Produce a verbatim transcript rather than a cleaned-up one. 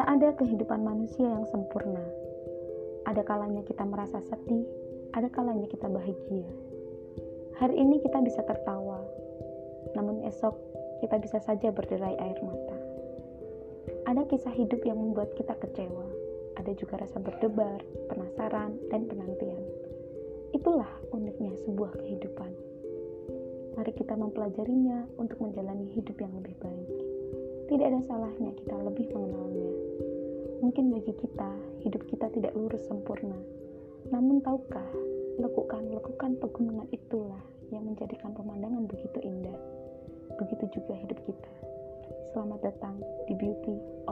Tak ada kehidupan manusia yang sempurna. Ada kalanya kita merasa sedih, ada kalanya kita bahagia. Hari ini kita bisa tertawa, namun esok kita bisa saja berderai air mata. Ada kisah hidup yang membuat kita kecewa, ada juga rasa berdebar, penasaran, dan penantian. Itulah uniknya sebuah kehidupan. Mari kita mempelajarinya untuk menjalani hidup yang lebih baik. Tidak ada salahnya kita lebih mengenalnya. Mungkin bagi kita, hidup kita tidak lurus sempurna. Namun tahukah, lekukan-lekukan pegunungan itulah yang menjadikan pemandangan begitu indah. Begitu juga hidup kita. Selamat datang di Beauty